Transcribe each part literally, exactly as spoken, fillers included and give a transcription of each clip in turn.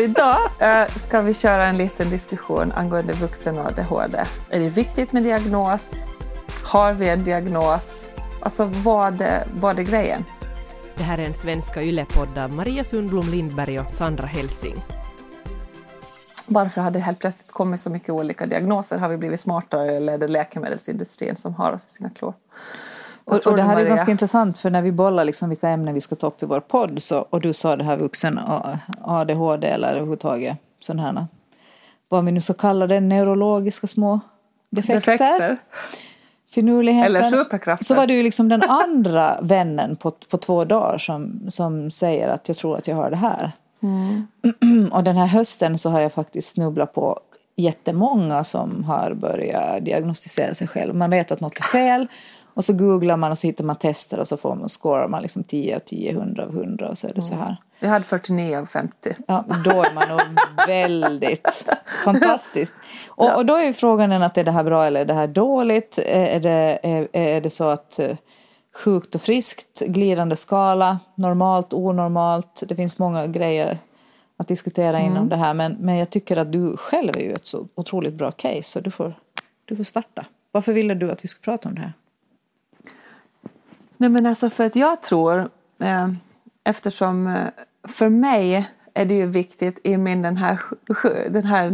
Idag äh, ska vi köra en liten diskussion angående vuxen A D H D. Är det viktigt med diagnos? Har vi en diagnos? Alltså vad är, vad är grejen? Det här är en svenska yllepodd av Maria Sundblom Lindberg och Sandra Helsing. Varför har det helt plötsligt kommit så mycket olika diagnoser? Har vi blivit smartare eller är det läkemedelsindustrin som har oss i sina klor? Och, och det här är ganska intressant, för när vi bollar liksom vilka ämnen vi ska ta upp i vår podd, så, och du sa det här vuxen A D H D eller överhuvudtaget sådana här, vad vi nu så kallar det, neurologiska små defekter. defekter. Finurligheten. Eller superkrafter. Så var du ju liksom den andra vännen på, på två dagar som, som säger att jag tror att jag har det här. Mm. Och den här hösten så har jag faktiskt snubblat på jättemånga som har börjat diagnostisera sig själv. Man vet att något är fel. Och så googlar man och så hittar man tester och så får man, scorar man liksom tio av tio, hundra av hundra och så är det så här. Jag hade fyrtionio av femtio. Ja, då är man nog väldigt fantastiskt. Och, ja. och då är ju frågan att är det här bra eller är det här dåligt? Är det, är, är det så att sjukt och friskt, glidande skala, normalt, onormalt? Det finns många grejer att diskutera mm. inom det här. Men, men jag tycker att du själv är ju ett så otroligt bra case, så du får, du får starta. Varför ville du att vi skulle prata om det här? Nej, men alltså för att jag tror, eh, eftersom eh, för mig är det ju viktigt i min den här, den här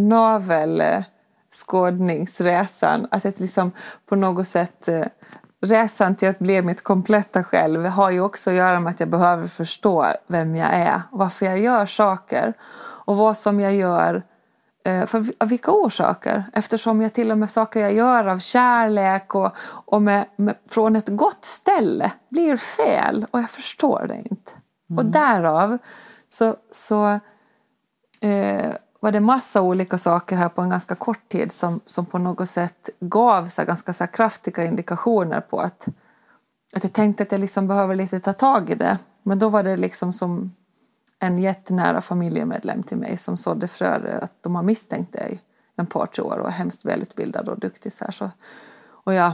navelskådningsresan, att jag liksom på något sätt, eh, resan till att bli mitt kompletta själv har ju också att göra med att jag behöver förstå vem jag är, varför jag gör saker och vad som jag gör. För av vilka orsaker? Eftersom jag till och med saker jag gör av kärlek och, och med, med, från ett gott ställe blir fel. Och jag förstår det inte. Mm. Och därav så, så eh, var det massa olika saker här på en ganska kort tid som, som på något sätt gav så ganska så kraftiga indikationer på att, att jag tänkte att jag liksom behöver lite ta tag i det. Men då var det liksom som en jättenära familjemedlem till mig som sådde frö att de har misstänkt dig en par tre år och är hemskt välutbildad och duktig så här. Så, och, jag,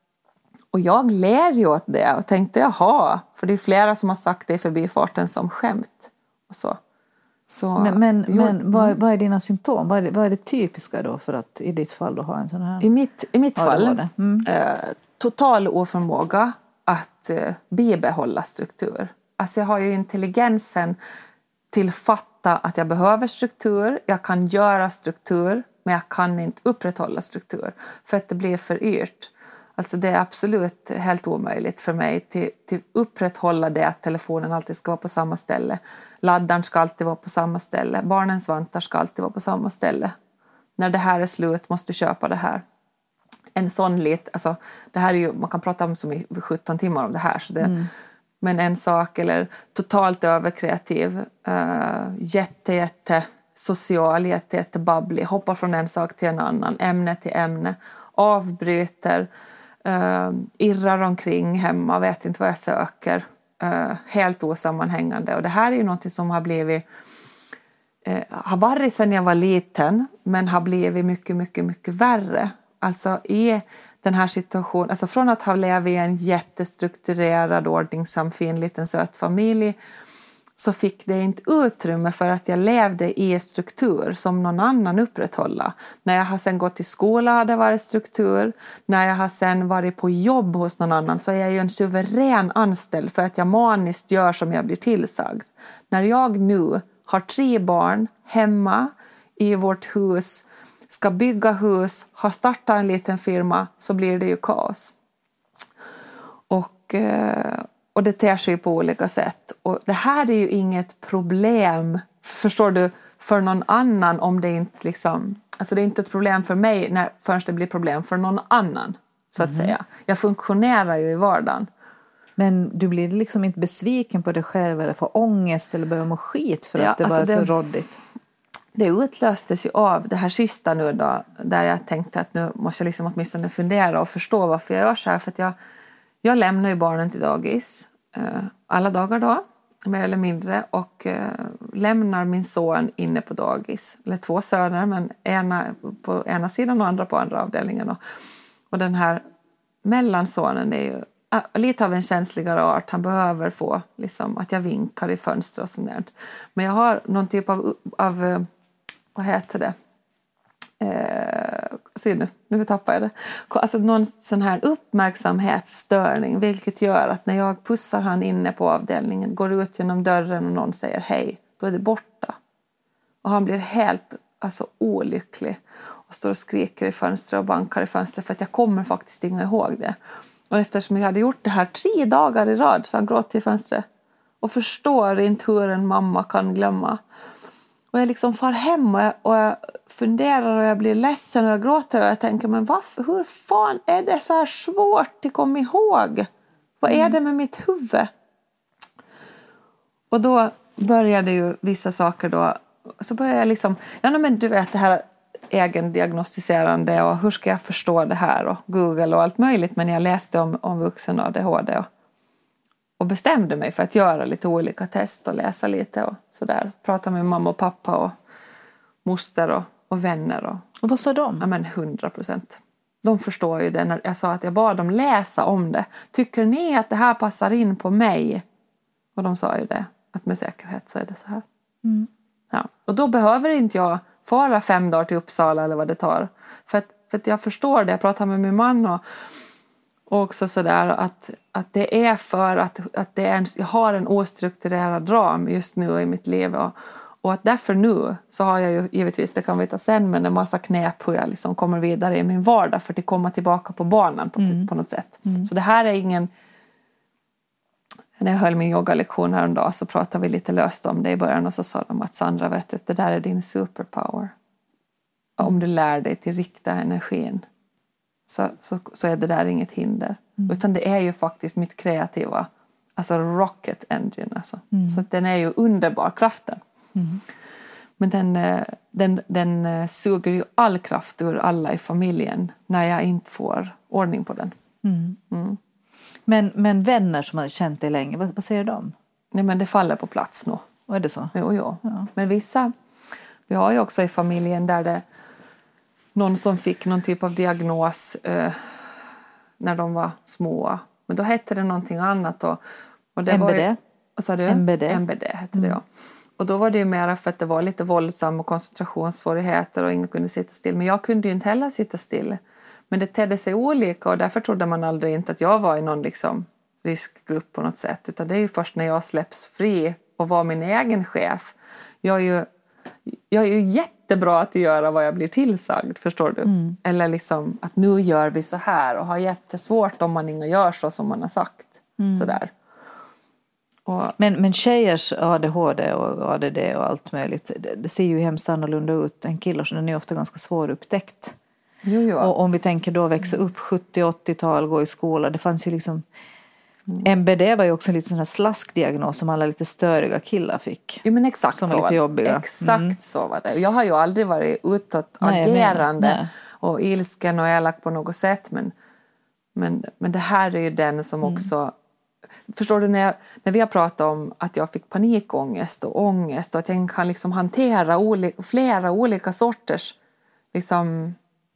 och jag ler ju åt det och tänkte jaha, för det är flera som har sagt det i förbifarten som skämt och så. så men men, jo, men vad, vad är dina symptom? Vad är, det, vad är det typiska då för att i ditt fall då ha en sån här? I mitt, i mitt fall mm. eh, total oförmåga att eh, bibehålla struktur. Alltså jag har ju intelligensen till fatta att jag behöver struktur. Jag kan göra struktur, men jag kan inte upprätthålla struktur. För att det blir för yrt. Alltså det är absolut helt omöjligt för mig till, till upprätthålla det att telefonen alltid ska vara på samma ställe. Laddaren ska alltid vara på samma ställe. Barnens vantar ska alltid vara på samma ställe. När det här är slut måste du köpa det här. En sån lit, alltså det här är ju, man kan prata om som i sjutton timmar om det här. Så det mm. Men en sak, eller totalt överkreativ, uh, jätte, jätte social, jätte, jätte babblig, hoppar från en sak till en annan, ämne till ämne, avbryter, uh, irrar omkring hemma, vet inte vad jag söker, uh, helt osammanhängande. Och det här är ju något som har blivit, uh, har varit sedan jag var liten, men har blivit mycket, mycket, mycket värre. Alltså i den här situationen, alltså från att ha levt i en jättestrukturerad, ordningsam, fin, liten söt familj, så fick det inte utrymme för att jag levde i struktur som någon annan upprätthålla. När jag har sen gått i skola har det varit struktur. När jag har sen varit på jobb hos någon annan så är jag ju en suverän anställd för att jag maniskt gör som jag blir tillsagd. När jag nu har tre barn hemma i vårt hus, ska bygga hus, har startat en liten firma, så blir det ju kaos. Och, och det ter sig på olika sätt. Och det här är ju inget problem, förstår du, för någon annan om det inte liksom, alltså det är inte ett problem för mig när, förrän det blir problem för någon annan, så att mm. säga. Jag funktionerar ju i vardagen. Men du blir liksom inte besviken på dig själv eller får ångest eller börjar må skit för ja, att det alltså var det, så råddigt? Det utlöstes ju av det här sista nu då, där jag tänkte att nu måste jag liksom åtminstone fundera och förstå varför jag gör så här. För att jag, jag lämnar ju barnen till dagis eh, alla dagar då, mer eller mindre, och eh, lämnar min son inne på dagis. Eller två söner, men ena på ena sidan och andra på andra avdelningen. Och, och den här mellansonen är ju äh, lite av en känsligare art. Han behöver få liksom, att jag vinkar i fönster och sånt där. Men jag har någon typ av, av vad heter det? Eh, se nu, nu tappar jag det. Alltså någon sån här uppmärksamhetsstörning, vilket gör att när jag pussar han inne på avdelningen, går ut genom dörren och någon säger hej, då är det borta. Och han blir helt alltså, olycklig och står och skriker i fönstret och bankar i fönstret för att jag kommer faktiskt inte ihåg det. Och eftersom jag hade gjort det här tre dagar i rad så han gråter i fönstret och förstår inte hur en mamma kan glömma. Och jag liksom far hem och jag, och jag funderar och jag blir ledsen och jag gråter och jag tänker, men varför, hur fan är det så här svårt att komma ihåg? Vad är det med mitt huvud? Och då började ju vissa saker då, så började jag liksom, ja men du vet det här egendiagnostiserande och hur ska jag förstå det här och Google och allt möjligt, men jag läste om, om vuxen A D H D och Och bestämde mig för att göra lite olika test och läsa lite och sådär. Prata med mamma och pappa och moster och, och vänner. Och, och vad sa de? Ja men hundra procent. De förstår ju det när jag sa att jag bad dem läsa om det. Tycker ni att det här passar in på mig? Och de sa ju det. Att med säkerhet så är det så här. Mm. Ja. Och då behöver inte jag fara fem dagar till Uppsala eller vad det tar. För att, för att jag förstår det. Jag pratar med min man och Och också sådär att, att det är för att, att det är en, jag har en ostrukturerad ram just nu i mitt liv. Och, och att därför nu så har jag ju, givetvis, det kan vi ta sen, men en massa knep hur jag liksom kommer vidare i min vardag för att komma tillbaka på banan på, mm. på något sätt. Mm. Så det här är ingen... När jag höll min yogalektion häromdagen så pratade vi lite löst om det i början och så sa de att Sandra, vet du, det där är din superpower. Om du lär dig till rikta energin. Så, så, så är det där inget hinder. Mm. Utan det är ju faktiskt mitt kreativa, alltså rocket engine. Alltså. Mm. Så att den är ju underbar, kraften. Mm. Men den, den, den suger ju all kraft ur alla i familjen när jag inte får ordning på den. Mm. Mm. Men, men vänner som har känt det länge, vad, vad säger de? Nej, men det faller på plats nu. Och är det så? Jo, jo. Ja. Men vissa, vi har ju också i familjen där det någon som fick någon typ av diagnos eh, när de var små. Men då hette det någonting annat. Och, och det M B D? Var ju, vad sa du? M B D. M B D hette mm. det, ja. Och då var det ju mer för att det var lite våldsam och koncentrationssvårigheter och ingen kunde sitta still. Men jag kunde ju inte heller sitta still. Men det tedde sig olika och därför trodde man aldrig inte att jag var i någon liksom riskgrupp på något sätt. Utan det är ju först när jag släpps fri och var min egen chef. Jag är ju, jag är ju jättebra att göra vad jag blir tillsagd, förstår du? Mm. Eller liksom att nu gör vi så här och har jättesvårt om man inte gör så som man har sagt. Mm. Sådär. Och, men, men tjejers A D H D och A D D och allt möjligt, det, det ser ju hemskt annorlunda ut. En kille, så den är ofta ganska svårupptäckt. Jo, jo. Och om vi tänker då växa upp sjuttio-åttiotal, gå i skola, det fanns ju liksom mm. M B D var ju också en liten sån här slaskdiagnos som alla lite störiga killar fick. Ja, men exakt som så var lite jobbiga. Exakt mm. så var det. Jag har ju aldrig varit utåt agerande och ilsken och elak på något sätt, men, men, men det här är ju den som mm. också, förstår du, när, jag, när vi har pratat om att jag fick panikångest och ångest och att jag kan liksom hantera oli, flera olika sorters liksom.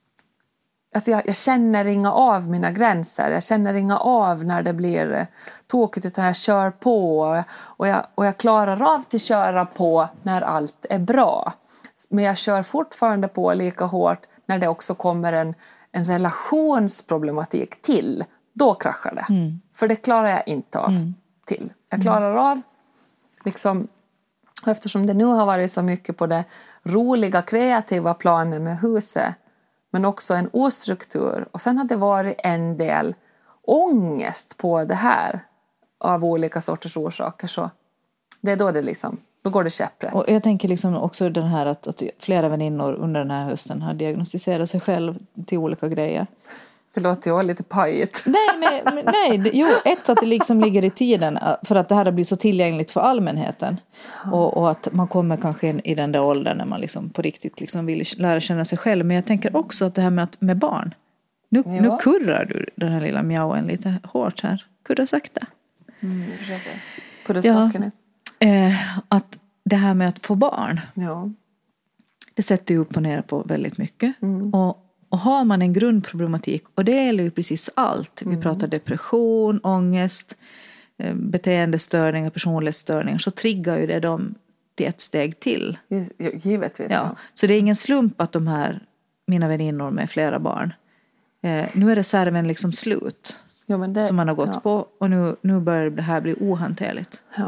Alltså jag, jag känner inga av mina gränser. Jag känner inga av när det blir tokigt, utan jag kör på. Och jag, och jag klarar av att köra på när allt är bra. Men jag kör fortfarande på lika hårt när det också kommer en, en relationsproblematik till. Då kraschar det. Mm. För det klarar jag inte av mm. till. Jag klarar mm. av, liksom, eftersom det nu har varit så mycket på det roliga, kreativa planen med huset. Men också en ostruktur. Och sen har det varit en del ångest på det här. Av olika sorters orsaker. Så det är då det liksom, då går det käpprätt. Och jag tänker liksom också den här att, att flera väninnor under den här hösten har diagnostiserat sig själv till olika grejer. Det låter ju lite pajigt. Nej, men, men, nej, jo, ett att det liksom ligger i tiden för att det här blir så tillgängligt för allmänheten. Och, och att man kommer kanske in i den där åldern när man liksom på riktigt liksom vill lära känna sig själv. Men jag tänker också att det här med, att, med barn. Nu, nu kurrar du den här lilla mjauen lite hårt här. Kurra sakta. Mm, på det saken. Ja, eh, att det här med att få barn. Ja. Det sätter ju upp och ner på väldigt mycket. Mm. Och Och har man en grundproblematik, och det gäller ju precis allt. Vi mm. pratar depression, ångest, beteendestörningar, personlighetsstörningar, så triggar ju det dem till ett steg till. Givetvis. Ja. Ja. Så det är ingen slump att de här, mina väninnor med flera barn, eh, nu är reserven liksom slut. Jo, men det, som man har gått ja. på, och nu, nu börjar det här bli ohanterligt. Ja.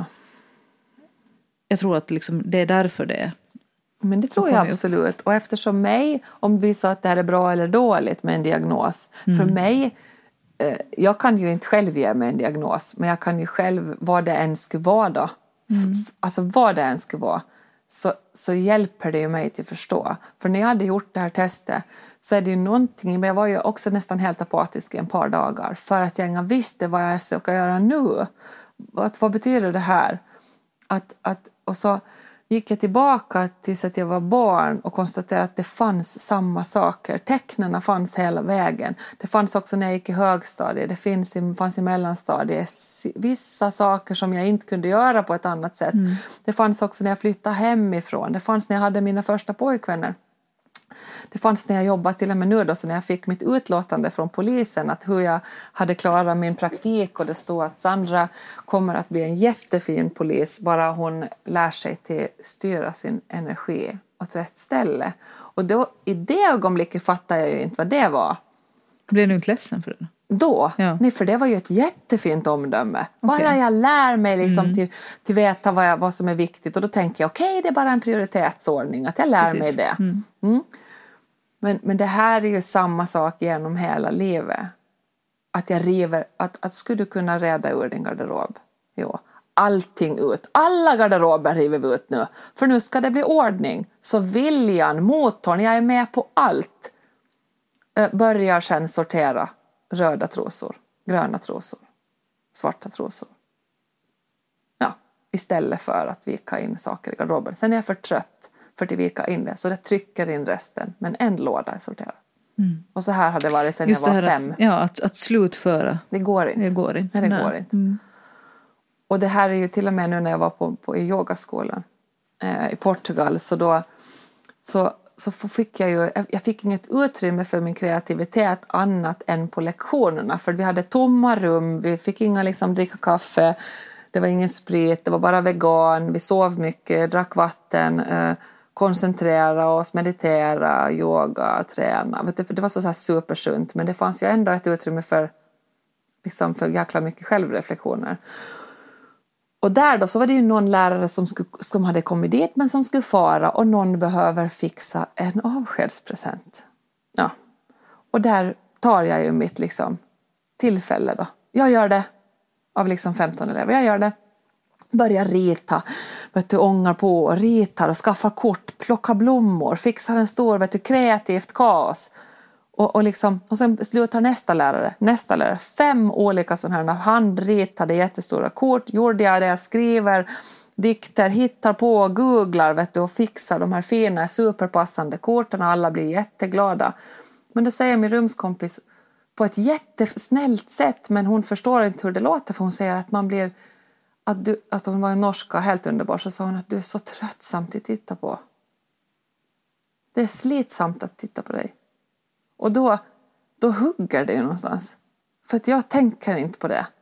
Jag tror att liksom, det är därför det är. Men det tror jag absolut. Och eftersom mig, om vi sa att det här är bra eller dåligt med en diagnos. Mm. För mig, eh, jag kan ju inte själv ge mig en diagnos. Men jag kan ju själv, vad det än skulle vara då. Mm. F- alltså vad det än skulle vara. Så, så hjälper det ju mig till att förstå. För när jag hade gjort det här testet. Så är det ju någonting, men jag var ju också nästan helt apatisk i en par dagar. För att jag inte visste vad jag ska göra nu. Att, vad betyder det här? Att, att, och så gick jag tillbaka tills att jag var barn och konstaterade att det fanns samma saker. Tecknarna fanns hela vägen. Det fanns också när jag gick i högstadiet. Det finns i, fanns i mellanstadiet. Vissa saker som jag inte kunde göra på ett annat sätt. Mm. Det fanns också när jag flyttade hemifrån. Det fanns när jag hade mina första pojkvänner. Det fanns när jag jobbade till och med nu då, så när jag fick mitt utlåtande från polisen att hur jag hade klarat min praktik, och det stod att Sandra kommer att bli en jättefin polis bara hon lär sig till styra sin energi åt rätt ställe. Och då, i det ögonblicket fattade jag ju inte vad det var. Blev du inte ledsen för det? Då? Ja. Nej, för det var ju ett jättefint omdöme. Okay. Bara jag lär mig liksom mm. till, till veta vad, jag, vad som är viktigt, och då tänker jag okej, okay, det är bara en prioritetsordning att jag lär Precis. mig det. Mm. Mm. Men, men det här är ju samma sak genom hela livet. Att jag river, att, att skulle du kunna reda ur din garderob? Jo, allting ut. Alla garderober river vi ut nu. För nu ska det bli ordning. Så viljan, motorn, jag är med på allt. Börjar sen sortera röda trosor, gröna trosor, svarta trosor. Ja, istället för att vika in saker i garderoben. Sen är jag för trött för att vika in det. Så det trycker in resten. Men en låda är sorterad. Mm. Och så här hade det varit sen Just jag var fem. Att, ja, att, att slutföra. Det går inte. Det går inte. Nej, det går inte. Mm. Och det här är ju till och med nu när jag var på, på i yogaskolan eh, i Portugal. Så då så, så fick jag ju, jag fick inget utrymme för min kreativitet annat än på lektionerna. För vi hade tomma rum, vi fick inga liksom dricka kaffe. Det var ingen sprit, det var bara vegan. Vi sov mycket, drack vatten, eh, koncentrera oss, meditera, yoga, träna. Vet du, för det var så, så här supersunt, men det fanns ju ändå ett utrymme för, liksom, för jäkla mycket självreflektioner. Och där då så var det ju någon lärare som, skulle, som hade kommit dit men som skulle fara, och någon behöver fixa en avskedspresent. Ja. Och där tar jag ju mitt liksom, tillfälle då. Jag gör det. Av liksom femton elever. Jag gör det. Börjar rita. Vet du, ångar på och ritar och skaffar kort. Plockar blommor. Fixar en stor, vet du, kreativt kaos. Och, och, liksom, och sen slutar nästa lärare. Nästa lärare. Fem olika sådana här handritade jättestora kort. Gjorde jag det. Jag skriver dikter. Hittar på. Googlar, vet du, och fixar de här fina superpassande korten. Och alla blir jätteglada. Men då säger min rumskompis på ett jättesnällt sätt, men hon förstår inte hur det låter, för hon säger att man blir, att du, att hon var en norska, helt underbar, så sa hon att du är så tröttsamt att titta på. Det är slitsamt att titta på dig. Och då, då hugger det ju någonstans. För att jag tänker inte på det.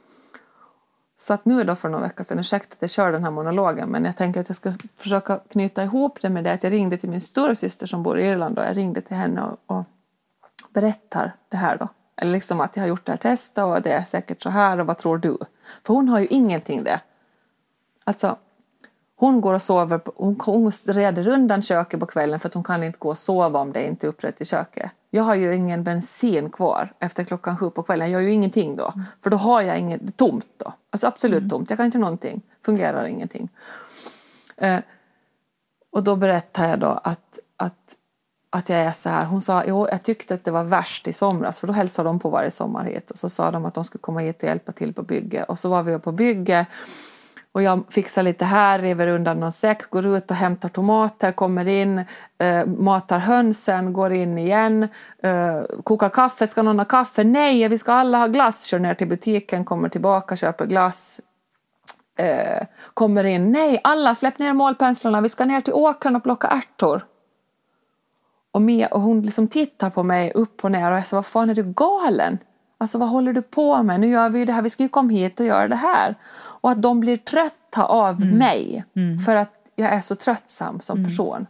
Så att nu då för några veckor sedan, ursäkta att jag kör den här monologen, men jag tänker att jag ska försöka knyta ihop det med det att jag ringde till min stora syster som bor i Irland, och jag ringde till henne och, och berättar det här då. Eller liksom att jag har gjort det här testet och det är säkert så här, och vad tror du? För hon har ju ingenting det. Alltså, hon går och sover, hon, hon reder undan köket på kvällen för att hon kan inte gå och sova om det inte är upprätt i köket. Jag har ju ingen bensin kvar efter klockan sju på kvällen. Jag gör ju ingenting då. För då har jag inget, tomt då. Alltså absolut mm. tomt. Jag kan inte någonting. Fungerar ingenting. Eh, och då berättar jag då att, att att jag är så här. Hon sa, jo, jag tyckte att det var värst i somras. För då hälsade de på varje sommar hit. Och så sa de att de skulle komma hit och hjälpa till på bygge. Och så var vi på bygge. Och jag fixar lite här, river undan någon säck. Går ut och hämtar tomater. Kommer in, eh, matar hönsen. Går in igen. Eh, kokar kaffe. Ska någon ha kaffe? Nej, vi ska alla ha glass. Kör ner till butiken. Kommer tillbaka, köper glass. Eh, kommer in. Nej, alla släpp ner målpenslarna. Vi ska ner till åkern och plocka ärtor. Och, Mia, och hon liksom tittar på mig upp och ner och jag säger, vad fan är du galen? Alltså vad håller du på med? Nu gör vi ju det här, vi ska ju komma hit och göra det här. Och att de blir trötta av mm. mig. Mm. För att jag är så tröttsam som mm. person.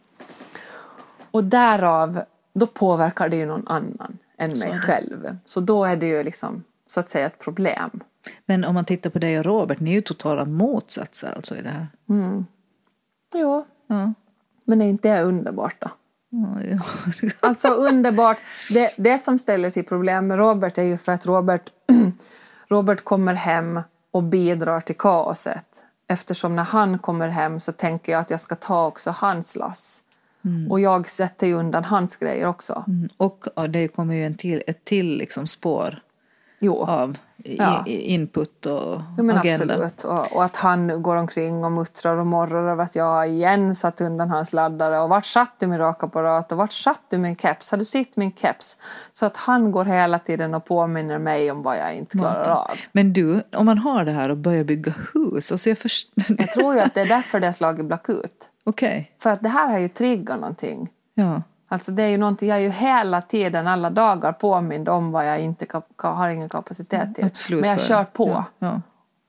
Och därav, då påverkar det ju någon annan än mig själv. Så då är det ju liksom, så att säga, ett problem. Men om man tittar på dig och Robert, ni är ju totala motsatser alltså i det här. Mm. Jo. Ja. Men är inte det underbart då? Ja, ja. Alltså underbart. Det, det som ställer till problem med Robert är ju för att Robert, Robert kommer hem och bidrar till kaoset. Eftersom när han kommer hem så tänker jag att jag ska ta också hans lass. Mm. Och jag sätter ju undan hans grejer också. Mm. Och ja, det kommer ju en till, ett till liksom spår jo. av ja. i, input och jo, men agenda. Absolut. Och, och att han går omkring och muttrar och morrar över att jag igen satt undan hans laddare. Och vart satt du min rakapparat? Och vart satt du min keps? Har du sett min keps? Så att han går hela tiden och påminner mig om vad jag inte klarar av. Men du, om man har det här och börjar bygga hus. Alltså jag, först... jag tror ju att det är därför det har slagit blackout. Okej. Okay. För att det här har ju triggat någonting. Ja. Alltså det är ju någonting, jag är ju hela tiden, alla dagar påmind om vad jag inte ka- har ingen kapacitet till. Men jag kör på. Ja. Ja.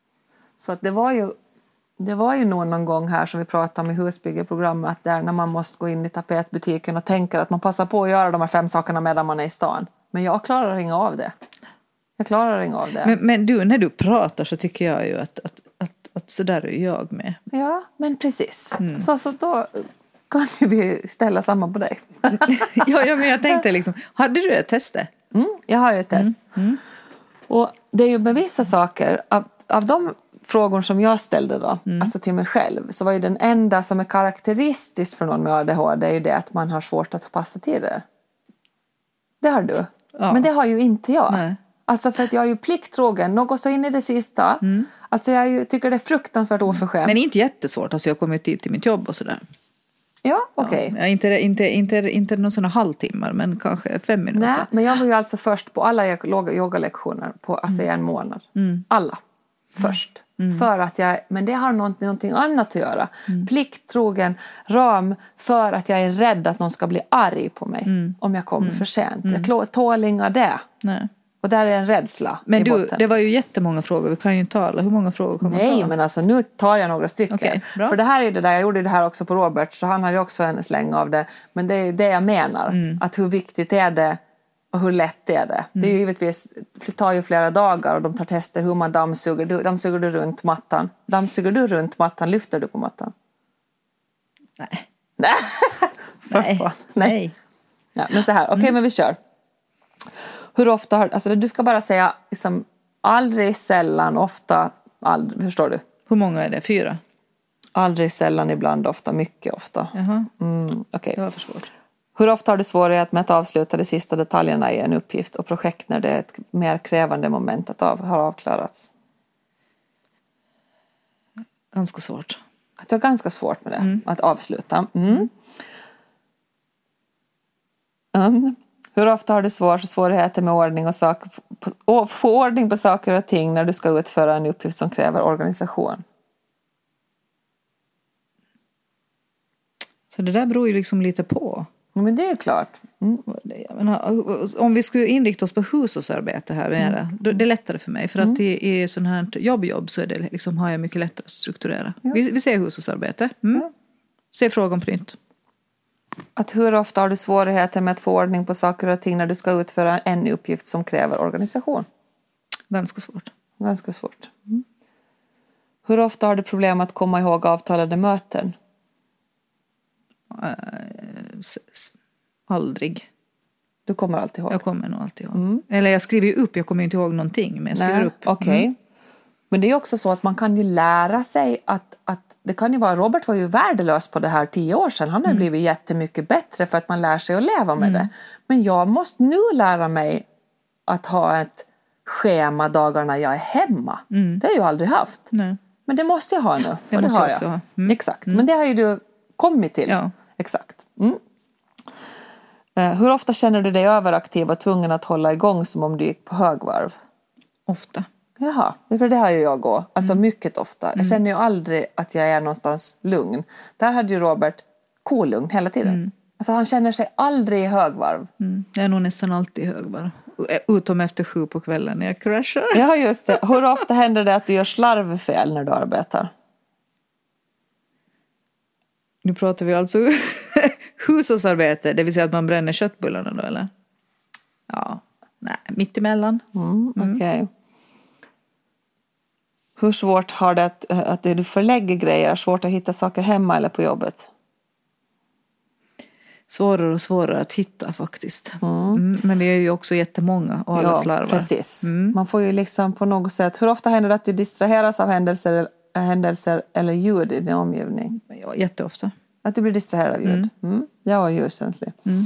Så att det var ju, det var ju nog någon gång här som vi pratade om i husbyggeprogrammet, att där när man måste gå in i tapetbutiken och tänker att man passar på att göra de här fem sakerna medan man är i stan. Men jag klarar inga av det. Jag klarar inga av det. Men, men du, när du pratar så tycker jag ju att, att, att, att så där är jag med. Ja, men precis. Mm. Så, så då kan ju vi ställa samma på dig. ja, ja, men jag tänkte liksom, hade du ett test? Mm, jag har ju ett test. Mm. Mm. Och det är ju med vissa saker, av, av de frågor som jag ställde då, mm. alltså till mig själv, så var ju den enda som är karaktäristiskt för någon med A D H D, det är ju det att man har svårt att passa tider. Det har du. Ja. Men det har ju inte jag. Nej. Alltså för att jag är ju plikttrogen, något så in i det sista. Mm. Alltså jag ju, tycker det är fruktansvärt oförskämt. Men inte jättesvårt, alltså jag kommer ju tid till mitt jobb och sådär. Ja, okej. Okay. Ja, inte, inte, inte, inte någon sån halvtimmar, men kanske fem minuter. Nej, men jag var ju alltså först på alla yogalektioner på alltså mm. en månad. Mm. Alla. Först. Mm. För att jag, men det har något, någonting annat att göra. Mm. Plikttrogen ram för att jag är rädd att någon ska bli arg på mig. Mm. Om jag kommer mm. för sent. Mm. Jag tål inga det. Nej. Och där är en rädsla. Men du, det var ju jättemånga frågor. Vi kan ju inte tala. Hur många frågor kan man ta? Nej, men alltså nu tar jag några stycken. Okay, för det här är ju det där, jag gjorde det här också på Robert. Så han hade också en släng av det. Men det är det jag menar. Mm. Att hur viktigt är det och hur lätt är det? Mm. Det är ju givetvis, det tar ju flera dagar och de tar tester hur man dammsuger. Du, dammsuger du runt mattan? Dammsuger du runt mattan? Lyfter du på mattan? Nej. Nej. För Nej. fan. Nej. Nej. Ja, men så här, okej okay, mm. men vi kör. Hur ofta har, alltså du ska bara säga liksom, aldrig, sällan, ofta, aldrig, förstår du? Hur många är det? Fyra? Aldrig, sällan, ibland, ofta, mycket ofta. Jaha, mm, okay. Det var för svårt. Hur ofta har du svårighet med att avsluta de sista detaljerna i en uppgift och projekt när det är ett mer krävande moment att av, har avklarats? Ganska svårt. Att du har ganska svårt med det, mm. att avsluta. Mm. Mm. Hur ofta har du svår, svårigheter med ordning och sak, på, få ordning på saker och ting när du ska utföra en uppgift som kräver organisation? Så det där beror ju liksom lite på. Ja, men det är ju klart. Mm. Jag menar, om vi skulle inrikta oss på hushållsarbete här, mm. då, det är lättare för mig. För att mm. i, i sån här jobb-jobb så är det liksom, har jag mycket lättare att strukturera. Ja. Vi, vi ser hushållsarbete. Mm. Ja. Se frågan på nytt. Att hur ofta har du svårigheter med att få ordning på saker och ting när du ska utföra en uppgift som kräver organisation? Ganska svårt. Ganska svårt. Mm. Hur ofta har du problem att komma ihåg avtalade möten? Uh, s- s- aldrig. Du kommer alltid ihåg? Jag kommer nog alltid ihåg. Mm. Eller jag skriver ju upp, jag kommer inte ihåg någonting. Men jag skriver Nej, upp. Okej. Okay. Mm. Men det är också så att man kan ju lära sig att, att det kan ju vara, Robert var ju värdelös på det här tio år sedan. Han har mm. blivit jättemycket bättre för att man lär sig att leva med mm. det. Men jag måste nu lära mig att ha ett schema dagarna jag är hemma. Mm. Det har jag ju aldrig haft. Nej. Men det måste jag ha nu. Det och måste det har jag också jag. ha. Mm. Exakt. Mm. Men det har ju du kommit till. Ja. Exakt. Mm. Uh, hur ofta känner du dig överaktiv och tvungen att hålla igång som om du gick på högvarv? Ofta. Jaha, för det har ju jag gå. Alltså mm. mycket ofta. Jag känner ju aldrig att jag är någonstans lugn. Där hade ju Robert kolugn hela tiden. Mm. Alltså han känner sig aldrig i högvarv. Mm. Jag är nog nästan alltid i högvarv. Utom efter sju på kvällen när jag crashar. Ja, just det. Hur ofta händer det att du gör slarvfel när du arbetar? Nu pratar vi alltså hushållsarbete, det vill säga att man bränner köttbullarna då, eller? Ja, nej, mitt emellan. Mm, Okej. Okay. Hur svårt har det att, att du förlägger grejer, svårt att hitta saker hemma eller på jobbet? Svårare och svårare att hitta faktiskt. Mm. Mm, men vi är ju också jättemånga och alla ja, slarvar. Precis. Mm. Man får ju liksom på något sätt... Hur ofta händer det att du distraheras av händelser, händelser eller ljud i din omgivning? Ja, jätteofta. Att du blir distraherad av ljud? Mm. Mm. Jag är ljudkänslig. Mm.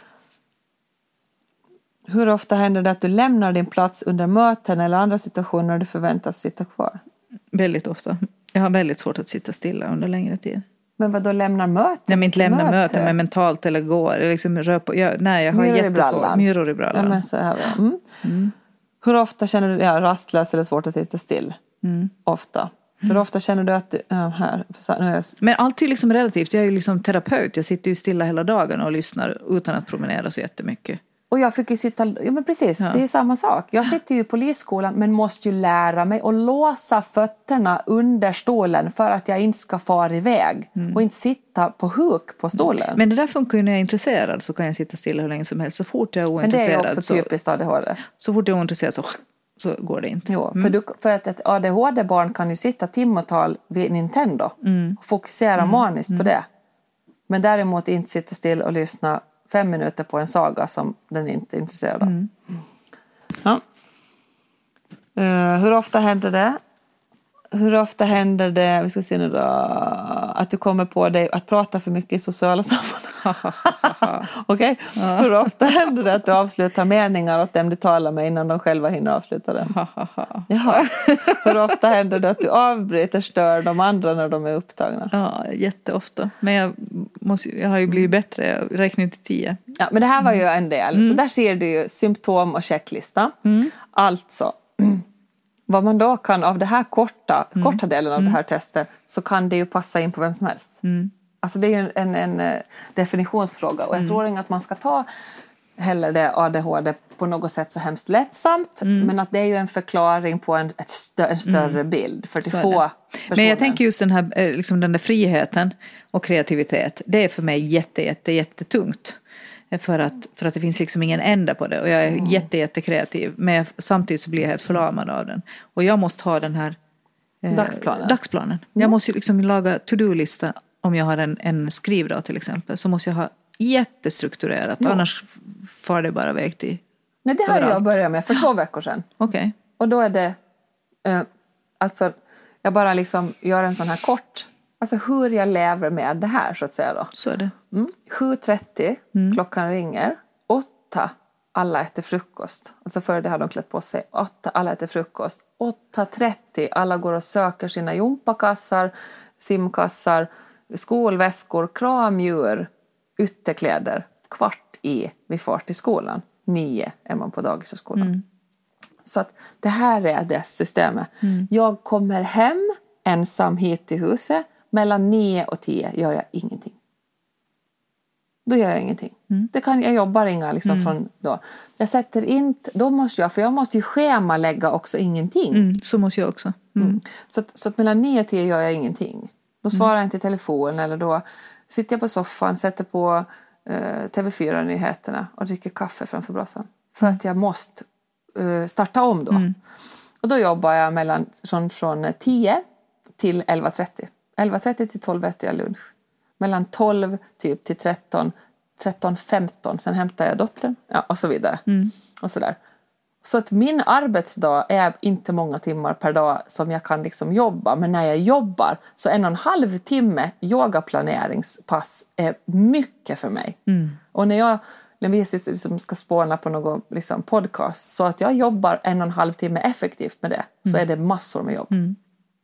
Hur ofta händer det att du lämnar din plats under möten eller andra situationer när du förväntas sitta kvar? Väldigt ofta. Jag har väldigt svårt att sitta stilla under längre tid. Men vad då lämnar möten? Nej, men inte lämna möte. möten, men mentalt eller går. Liksom rör på, jag, nej, jag har myror jättesvårt. Myror i brallan. Ja, men så här, mm. Mm. Hur ofta känner du dig ja, rastlös eller svårt att sitta still? Mm. Ofta. Mm. Hur ofta känner du att du... Ja, här, jag... Men allt är liksom relativt. Jag är ju liksom terapeut. Jag sitter ju stilla hela dagen och lyssnar utan att promenera så jättemycket. Och jag fick ju sitta... Ja, men precis. Ja. Det är ju samma sak. Jag sitter ju i polisskolan men måste ju lära mig att låsa fötterna under stolen för att jag inte ska fara iväg. Mm. Och inte sitta på huk på stolen. Men det där funkar ju när jag är intresserad så kan jag sitta stilla hur länge som helst. Så fort jag är ointresserad... Men det är också typiskt A D H D. Så fort jag är ointresserad så, så går det inte. Jo, mm. för, du, för att ett A D H D-barn kan ju sitta timmotal vid Nintendo. Mm. Och fokusera mm. maniskt mm. på det. Men däremot inte sitta still och lyssna... Fem minuter på en saga som den inte är intresserad av. Mm. Ja. Uh, hur ofta händer det? Hur ofta händer det, vi ska se nu då, att du kommer på dig att prata för mycket i sociala sammanhang? Okej? Okay? Ja. Hur ofta händer det att du avslutar meningar åt dem du talar med innan de själva hinner avsluta dem? Jaha. Hur ofta händer det att du avbryter, stör de andra när de är upptagna? Ja, jätteofta. Men jag, måste, jag har ju blivit bättre, jag räknar till tio. Ja, men det här var ju en del. Mm. Så där ser du ju symptom och checklista. Mm. Alltså... Vad man då kan av det här korta, mm. korta delen av mm. det här testet så kan det ju passa in på vem som helst. Mm. Alltså det är ju en, en, en definitionsfråga och jag mm. tror inte att man ska ta heller det A D H D på något sätt så hemskt lättsamt mm. men att det är ju en förklaring på en, ett stö, en större mm. bild för till få personer. Men jag tänker just den här liksom den där friheten och kreativitet, det är för mig jätte, jätte, jättetungt. För att, för att det finns liksom ingen ände på det. Och jag är mm. jätte, jätte kreativ. Men jag, samtidigt så blir jag helt förlamad av den. Och jag måste ha den här... Eh, dagsplanen. dagsplanen. Mm. Jag måste liksom laga to-do-lista. Om jag har en, en skrivdag till exempel. Så måste jag ha jättestrukturerat. Ja. Annars far det bara väg till... Nej, det har överallt. Jag börjat med för två veckor sedan. Okej. Okay. Och då är det... Eh, alltså, jag bara liksom gör en sån här kort... Alltså hur jag lever med det här så att säga då. Så är det. Mm. sju trettio, mm. klockan ringer. åtta, alla äter frukost. Alltså före det har de klätt på sig. åtta, alla äter frukost. åtta trettio, alla går och söker sina gympakassar, simkassar, skolväskor, kramdjur, ytterkläder. Kvart i, vi far till skolan. nio är man på dagis och skolan. Mm. Så att det här är det systemet. Mm. Jag kommer hem ensam hit till huset. Mellan nio och tio gör jag ingenting. Då gör jag ingenting. Mm. Det kan, jag jobbar inga liksom mm. från då. Jag sätter inte, då måste jag, för jag måste ju schemalägga också ingenting. Mm, så måste jag också. Mm. Mm. Så, att, så att mellan nio och tio gör jag ingenting. Då svarar jag inte i telefon eller då sitter jag på soffan, sätter på eh, T V fyra-nyheterna och dricker kaffe framför brasan. För mm. att jag måste eh, starta om då. Mm. Och då jobbar jag mellan, från, från tio till elva trettio. elva trettio till tolv äter jag lunch. Mellan tolv typ till tretton, tretton femton. Sen hämtar jag dottern. Ja, och så vidare. Mm. Och så där. Så att min arbetsdag är inte många timmar per dag som jag kan liksom jobba. Men när jag jobbar så en och en halv timme yogaplaneringspass är mycket för mig. Mm. Och när jag när vi liksom ska spåna på någon liksom podcast så att jag jobbar en och en halv timme effektivt med det mm. så är det massor med jobb. Mm.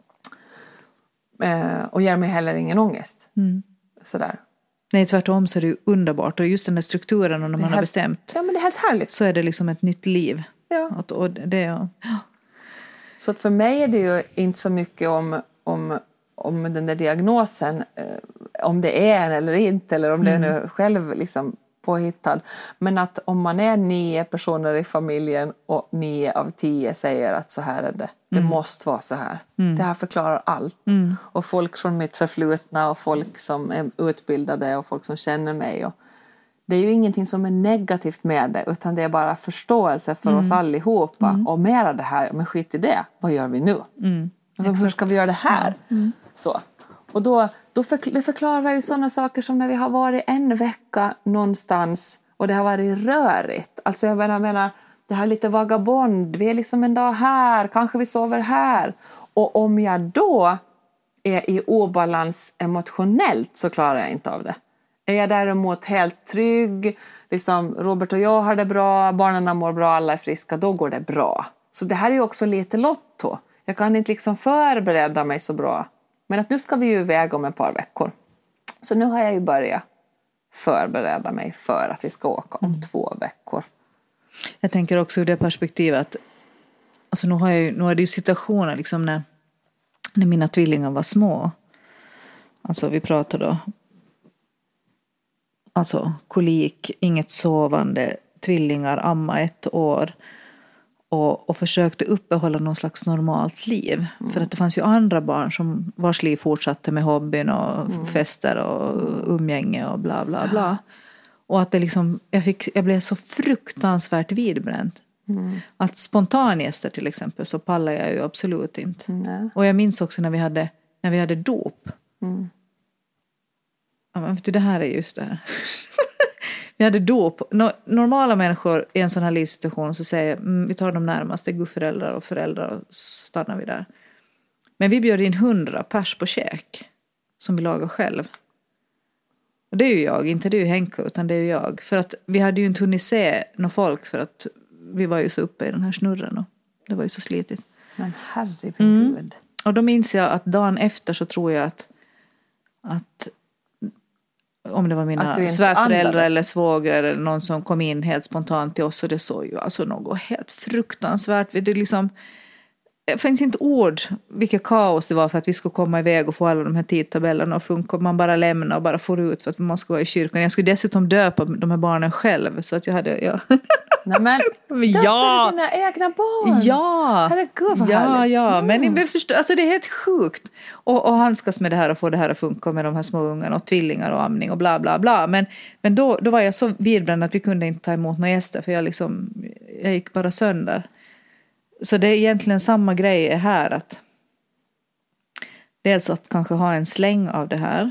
Eh, och ger mig heller ingen ångest. Mm. Sådär. Nej, tvärtom så är det ju underbart. Och just den där strukturen och när man helt, har bestämt. Ja, men det är helt härligt. Så är det liksom ett nytt liv. Ja. Och, och det, ja. Så att för mig är det ju inte så mycket om, om, om den där diagnosen. om det är en eller inte, eller om mm. det är nu själv liksom påhittad. Men att om man är nio personer i familjen och nio av tio säger att så här är det. Det mm. måste vara så här. Mm. Det här förklarar allt. Mm. Och folk från mitt förflutna och folk som är utbildade och folk som känner mig. Och det är ju ingenting som är negativt med det, utan det är bara förståelse för mm. oss allihopa. Mm. Och mera det här, men skit i det. Vad gör vi nu? Mm. Alltså, hur ska vi göra det här? Mm. Så. Och då, då förkl- det förklarar ju sådana saker som när vi har varit en vecka någonstans och det har varit rörigt. Alltså jag menar, menar det här är lite vagabond. Vi är liksom en dag här, kanske vi sover här. Och om jag då är i obalans emotionellt så klarar jag inte av det. Är jag däremot helt trygg, liksom Robert och jag har det bra, barnen mår bra, alla är friska, då går det bra. Så det här är ju också lite lotto. Jag kan inte liksom förbereda mig så bra. Men att nu ska vi ju iväg om ett par veckor. Så nu har jag ju börjat förbereda mig för att vi ska åka om mm. två veckor. Jag tänker också ur det perspektivet. Alltså nu, har jag ju, nu är det ju situationer liksom när, när mina tvillingar var små. Alltså vi pratar då. Alltså kolik, inget sovande, tvillingar, amma ett år. Och, och försökte uppehålla någon slags normalt liv. Mm. För att det fanns ju andra barn som vars liv fortsatte med hobbyn och mm. fester och umgänge och bla bla bla. Och att det liksom, jag, fick, jag blev så fruktansvärt vidbränt. Mm. Att spontangäster till exempel så pallar jag ju absolut inte. Mm. Och jag minns också när vi hade, när vi hade dop. Mm. Ja, men vet du, det här är just det här. Vi hade dop. Normala människor i en sån här livssituation så säger mm, vi tar de närmaste, gudföräldrar och föräldrar och stannar vi där. Men vi bjöd in hundra pers på käk som vi lagar själv. Och det är ju jag, inte det är ju Henke utan det är ju jag. För att vi hade ju inte hunnit se någon folk för att vi var ju så uppe i den här snurren och det var ju så slitigt. Men herregud. Mm. Och då minns jag att dagen efter så tror jag att att om det var mina svärföräldrar eller svåger eller någon som kom in helt spontant till oss och det såg ju alltså något helt fruktansvärt. Det liksom, det finns inte ord vilket kaos det var för att vi skulle komma iväg och få alla de här tidtabellerna och funka. Man bara lämna och bara får ut för att man ska vara i kyrkan. Jag skulle dessutom döpa de här barnen själv så att jag hade, ja. Nej men, döpte ja. du dina egna barn? Ja. Herregud vad ja, härligt. ja, men mm. ni förstår, alltså det är helt sjukt. Och, och handskas med det här och få det här att funka med de här små ungarna och tvillingar och amning och bla bla bla. Men, men då, då var jag så vidbränd att vi kunde inte ta emot några gäster för jag liksom, jag gick bara sönder. Så det är egentligen samma grej här att dels att kanske ha en släng av det här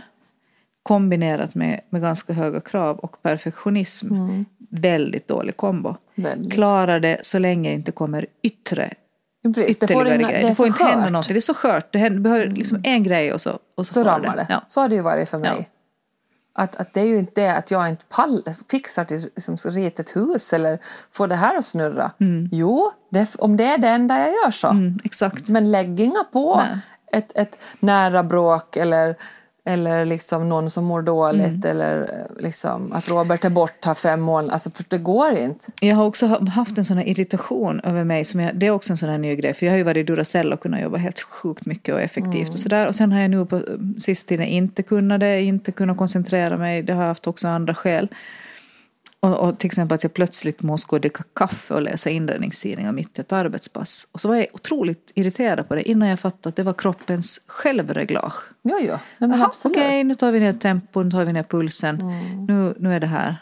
kombinerat med, med ganska höga krav och perfektionism. Mm. Väldigt dålig kombo. Väldigt. Klarar det så länge det inte kommer yttre Precis, ytterligare det får inga, grejer. Det, det får inte skört. hända något. Det är så skört. Det händer, behöver liksom en grej och så och så, så ramar det. Ja. Så har det ju varit för mig. Ja. Att, att det är ju inte det att jag inte pall, fixar till liksom, rit ett hus eller får det här att snurra. Mm. Jo, det, om det är det enda jag gör så. Mm, exakt. Men lägg inga på ett, ett nära bråk eller, eller liksom någon som mår dåligt mm. eller liksom att Robert är borta fem månader. Alltså, för det går inte. Jag har också haft en sån här irritation över mig. Som jag, det är också en sån här ny grej. För jag har ju varit i Duracell och kunnat jobba helt sjukt mycket och effektivt. Mm. Och, sådär. Och sen har jag nu på sista tiden inte kunnat det. Inte kunnat koncentrera mig. Det har jag haft också andra skäl. Och, och till exempel att jag plötsligt måste gå och dricka kaffe och läsa inredningstidningar mitt i ett arbetspass. Och så var jag otroligt irriterad på det innan jag fattade att det var kroppens självreglage. Jo, jo. Nej, men absolut. Okej, nu tar vi ner tempo, nu tar vi ner pulsen. Mm. Nu, nu är det här.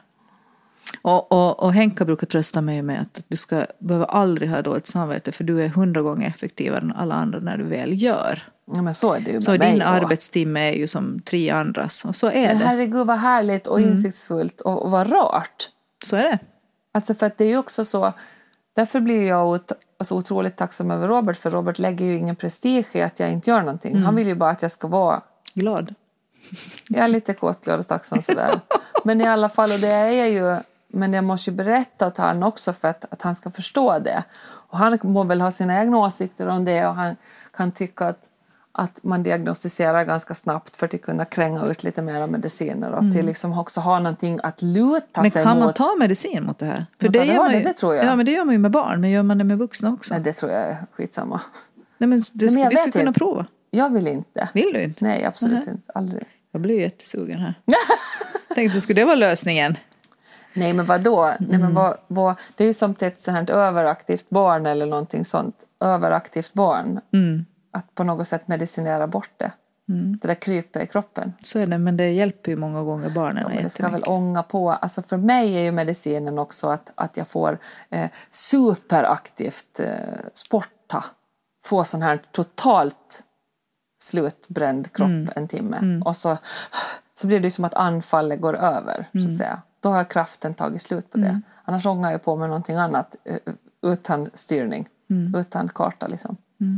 Och, och, och Henka brukar trösta mig med att du ska behöva aldrig ha dåligt samvete för du är hundra gånger effektivare än alla andra när du väl gör. Ja, men så är det ju med så mig din då. Arbetstimme är ju som tre andras. Och så är men det. Herregud vad härligt och mm. insiktsfullt och, och vad rart. Så är det. Alltså för att det är ju också så. Därför blir jag alltså, otroligt tacksam över Robert. För Robert lägger ju ingen prestige i att jag inte gör någonting. Mm. Han vill ju bara att jag ska vara glad. Jag är lite kåtglad och tacksam sådär. Men i alla fall, och det är jag ju. Men jag måste ju berätta åt han också för att, att han ska förstå det. Och han må väl ha sina egna åsikter om det. Och han kan tycka att, att man diagnostiserar ganska snabbt för att kunna kränga ut lite mer mediciner. Och mm. till liksom också ha någonting att luta men sig kan mot. Man ta medicin mot det här? För det, det, gör man ju, det, det tror jag. Ja, men det gör man ju med barn. Men gör man det med vuxna också? Nej, det tror jag är skitsamma. Nej, men du Nej, men vi ska kunna prova. Jag vill inte. Vill du inte? Nej, absolut Nej. inte. Aldrig. Jag blir jättesugen här. Tänkte, skulle det vara lösningen? Nej, men vadå? Mm. Nej, men vad, vad, det är ju som till ett sånt här överaktivt barn eller någonting sånt. Överaktivt barn. Mm. Att på något sätt medicinera bort det. Mm. Det där kryper i kroppen. Så är det, men det hjälper ju många gånger barnen. Ja, men det ska väl ånga på. Alltså för mig är ju medicinen också att, att jag får eh, superaktivt eh, sporta. Få sån här totalt slutbränd kropp mm. en timme. Mm. Och så, så blir det som att anfallet går över. Mm. Så att säga. Då har kraften tagit slut på det. Mm. Annars ångar jag på med någonting annat utan styrning. Mm. Utan karta liksom. Mm.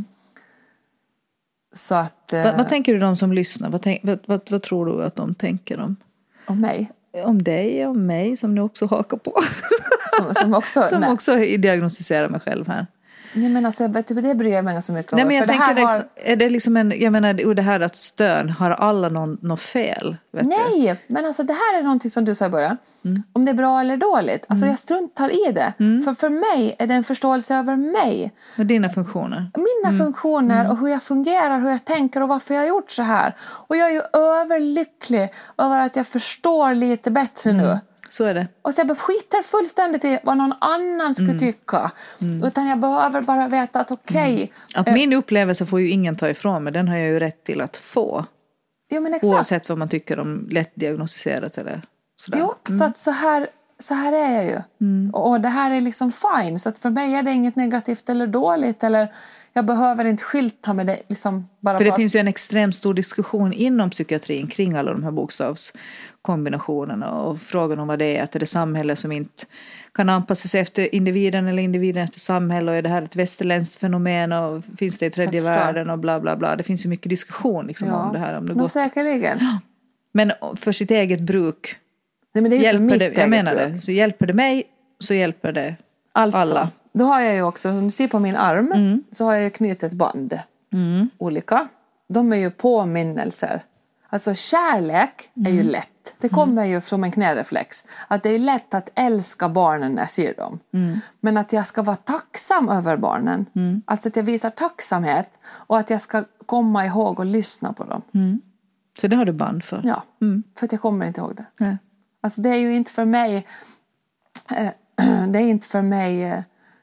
Så att, eh, vad, vad tänker du de som lyssnar? Vad, tänk, vad, vad, vad tror du att de tänker om? Om mig? Om dig, om mig som du också hakar på. Som, som också, som också diagnostiserar mig själv här. Nej, men alltså, vet du, det bryr jag mig så mycket om. Nej, men jag för tänker, det här det, har... är det liksom en, jag menar, det här att stön, har alla någon, någon fel? Vet Nej, du? men alltså det här är någonting som du sa i början. Mm. Om det är bra eller dåligt. Alltså mm. jag struntar i det. Mm. För för mig är det en förståelse över mig. Och dina funktioner. Mina mm. funktioner mm. och hur jag fungerar, hur jag tänker och varför jag har gjort så här. Och jag är ju överlycklig över att jag förstår lite bättre mm. nu. Så är det. Och så jag skiter fullständigt i vad någon annan skulle mm. tycka. Mm. Utan jag behöver bara veta att okej. Okay, mm. Att min upplevelse får ju ingen ta ifrån mig. Den har jag ju rätt till att få. Jo, men exakt. Oavsett vad man tycker om lätt diagnostiserat eller sådär. Jo, mm. så att så här, så här är jag ju. Mm. Och, och det här är liksom fine. Så att för mig är det inget negativt eller dåligt. Eller jag behöver inte skylta med det. Liksom bara för det bara... finns ju en extremt stor diskussion inom psykiatrin kring alla de här bokstavskombinationerna. Och frågan om vad det är. Att är det samhälle som inte kan anpassa sig efter individen eller individen efter samhälle. Och är det här ett västerländskt fenomen och finns det i tredje världen och bla bla bla. Det finns ju mycket diskussion liksom ja. om det här. Om det gått... säkerligen. Men för sitt eget bruk. Nej, men det är ju hjälper för det, mitt jag menar bruk. det. Så hjälper det mig så hjälper det alltså, alla. Då har jag ju också, som du ser på min arm, mm. så har jag ju knutit ett band. Mm. Olika. De är ju påminnelser. Alltså kärlek mm. är ju lätt. Det kommer mm. ju som en knäreflex. Att det är lätt att älska barnen när jag ser dem. Mm. Men att jag ska vara tacksam över barnen. Mm. Alltså att jag visar tacksamhet. Och att jag ska komma ihåg och lyssna på dem. Mm. Så det har du band för? Ja, mm. för att jag kommer inte ihåg det. Nej. Alltså det är ju inte för mig... Eh, det är inte för mig... Eh,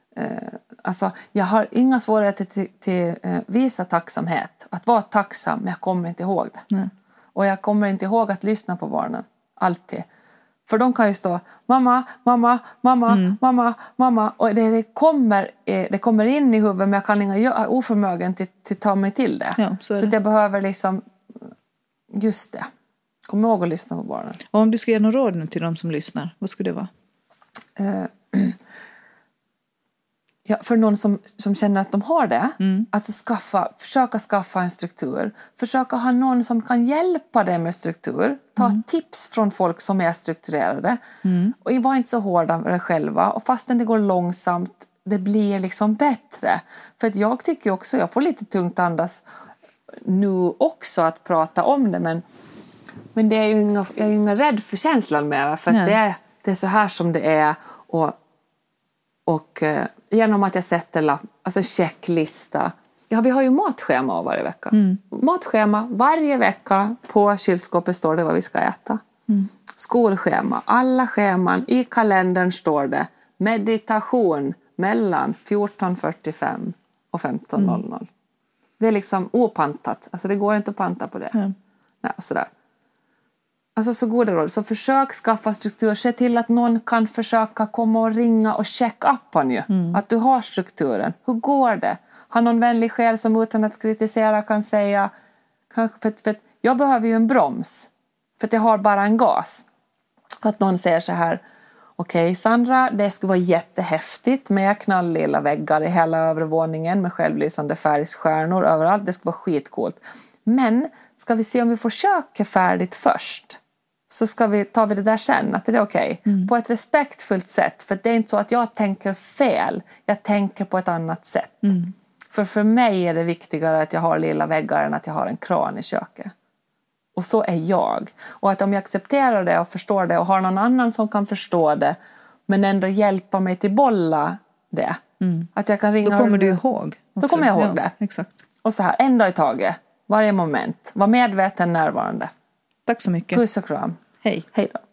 alltså jag har inga svårigheter till, till eh, visa tacksamhet. Att vara tacksam, men jag kommer inte ihåg det. Nej. Och jag kommer inte ihåg att lyssna på barnen. Alltid. För de kan ju stå mamma, mamma, mamma, mm. mamma, mamma. Och det, det, kommer, det kommer in i huvudet, men jag kan inga, jag är oförmögen till att ta mig till det. Ja, så så att jag behöver liksom, just det. Kom ihåg att lyssna på barnen. Och om du ska ge någon råd nu till de som lyssnar, vad skulle det vara? Uh, Ja, för någon som, som känner att de har det. Mm. Alltså skaffa, försöka skaffa en struktur. Försöka ha någon som kan hjälpa dig med struktur. Ta mm. tips från folk som är strukturerade. Mm. Och var inte så hårda med dig själva. Och fastän det går långsamt, det blir liksom bättre. För att jag tycker också, jag får lite tungt andas nu också att prata om det. Men, men det är ju inga, jag är ju inga rädd för känslan mer. För att det är, det är så här som det är. Och Och eh, genom att jag sätter lapp, alltså checklista. Ja, vi har ju matschema varje vecka. Mm. Matschema varje vecka. På kylskåpet står det vad vi ska äta. Mm. Skolschema. Alla scheman i kalendern står det. Meditation mellan fjorton fyrtiofem och femton noll noll. Mm. Det är liksom opantat. Alltså det går inte att panta på det. Mm. Nej, sådär. Alltså så goda råd. Så försök skaffa struktur. Se till att någon kan försöka komma och ringa och check up på nu. Mm. Att du har strukturen. Hur går det? Har någon vänlig själ som utan att kritisera kan säga. Kanske för, för, jag behöver ju en broms. För att jag har bara en gas. Att någon säger så här. Okej okay, Sandra, det skulle vara jättehäftigt med knalllilla väggar i hela övervåningen. Med självlysande färgstjärnor överallt. Det skulle vara skitcoolt. Men ska vi se om vi får köket färdigt först. Så ska vi, tar vi det där sen. Att det är okej. Okay. Mm. På ett respektfullt sätt. För det är inte så att jag tänker fel. Jag tänker på ett annat sätt. Mm. För för mig är det viktigare att jag har lilla väggar än att jag har en kran i köket. Och så är jag. Och att om jag accepterar det och förstår det. Och har någon annan som kan förstå det. Men ändå hjälpa mig till bolla det. Mm. Att jag kan ringa. Då kommer du ihåg. Också. Då kommer jag ihåg ja, det. Exakt. Och så här, en dag i taget. Varje moment. Var medveten, närvarande. Tack så mycket. Puss och kram. Hej. Hej då.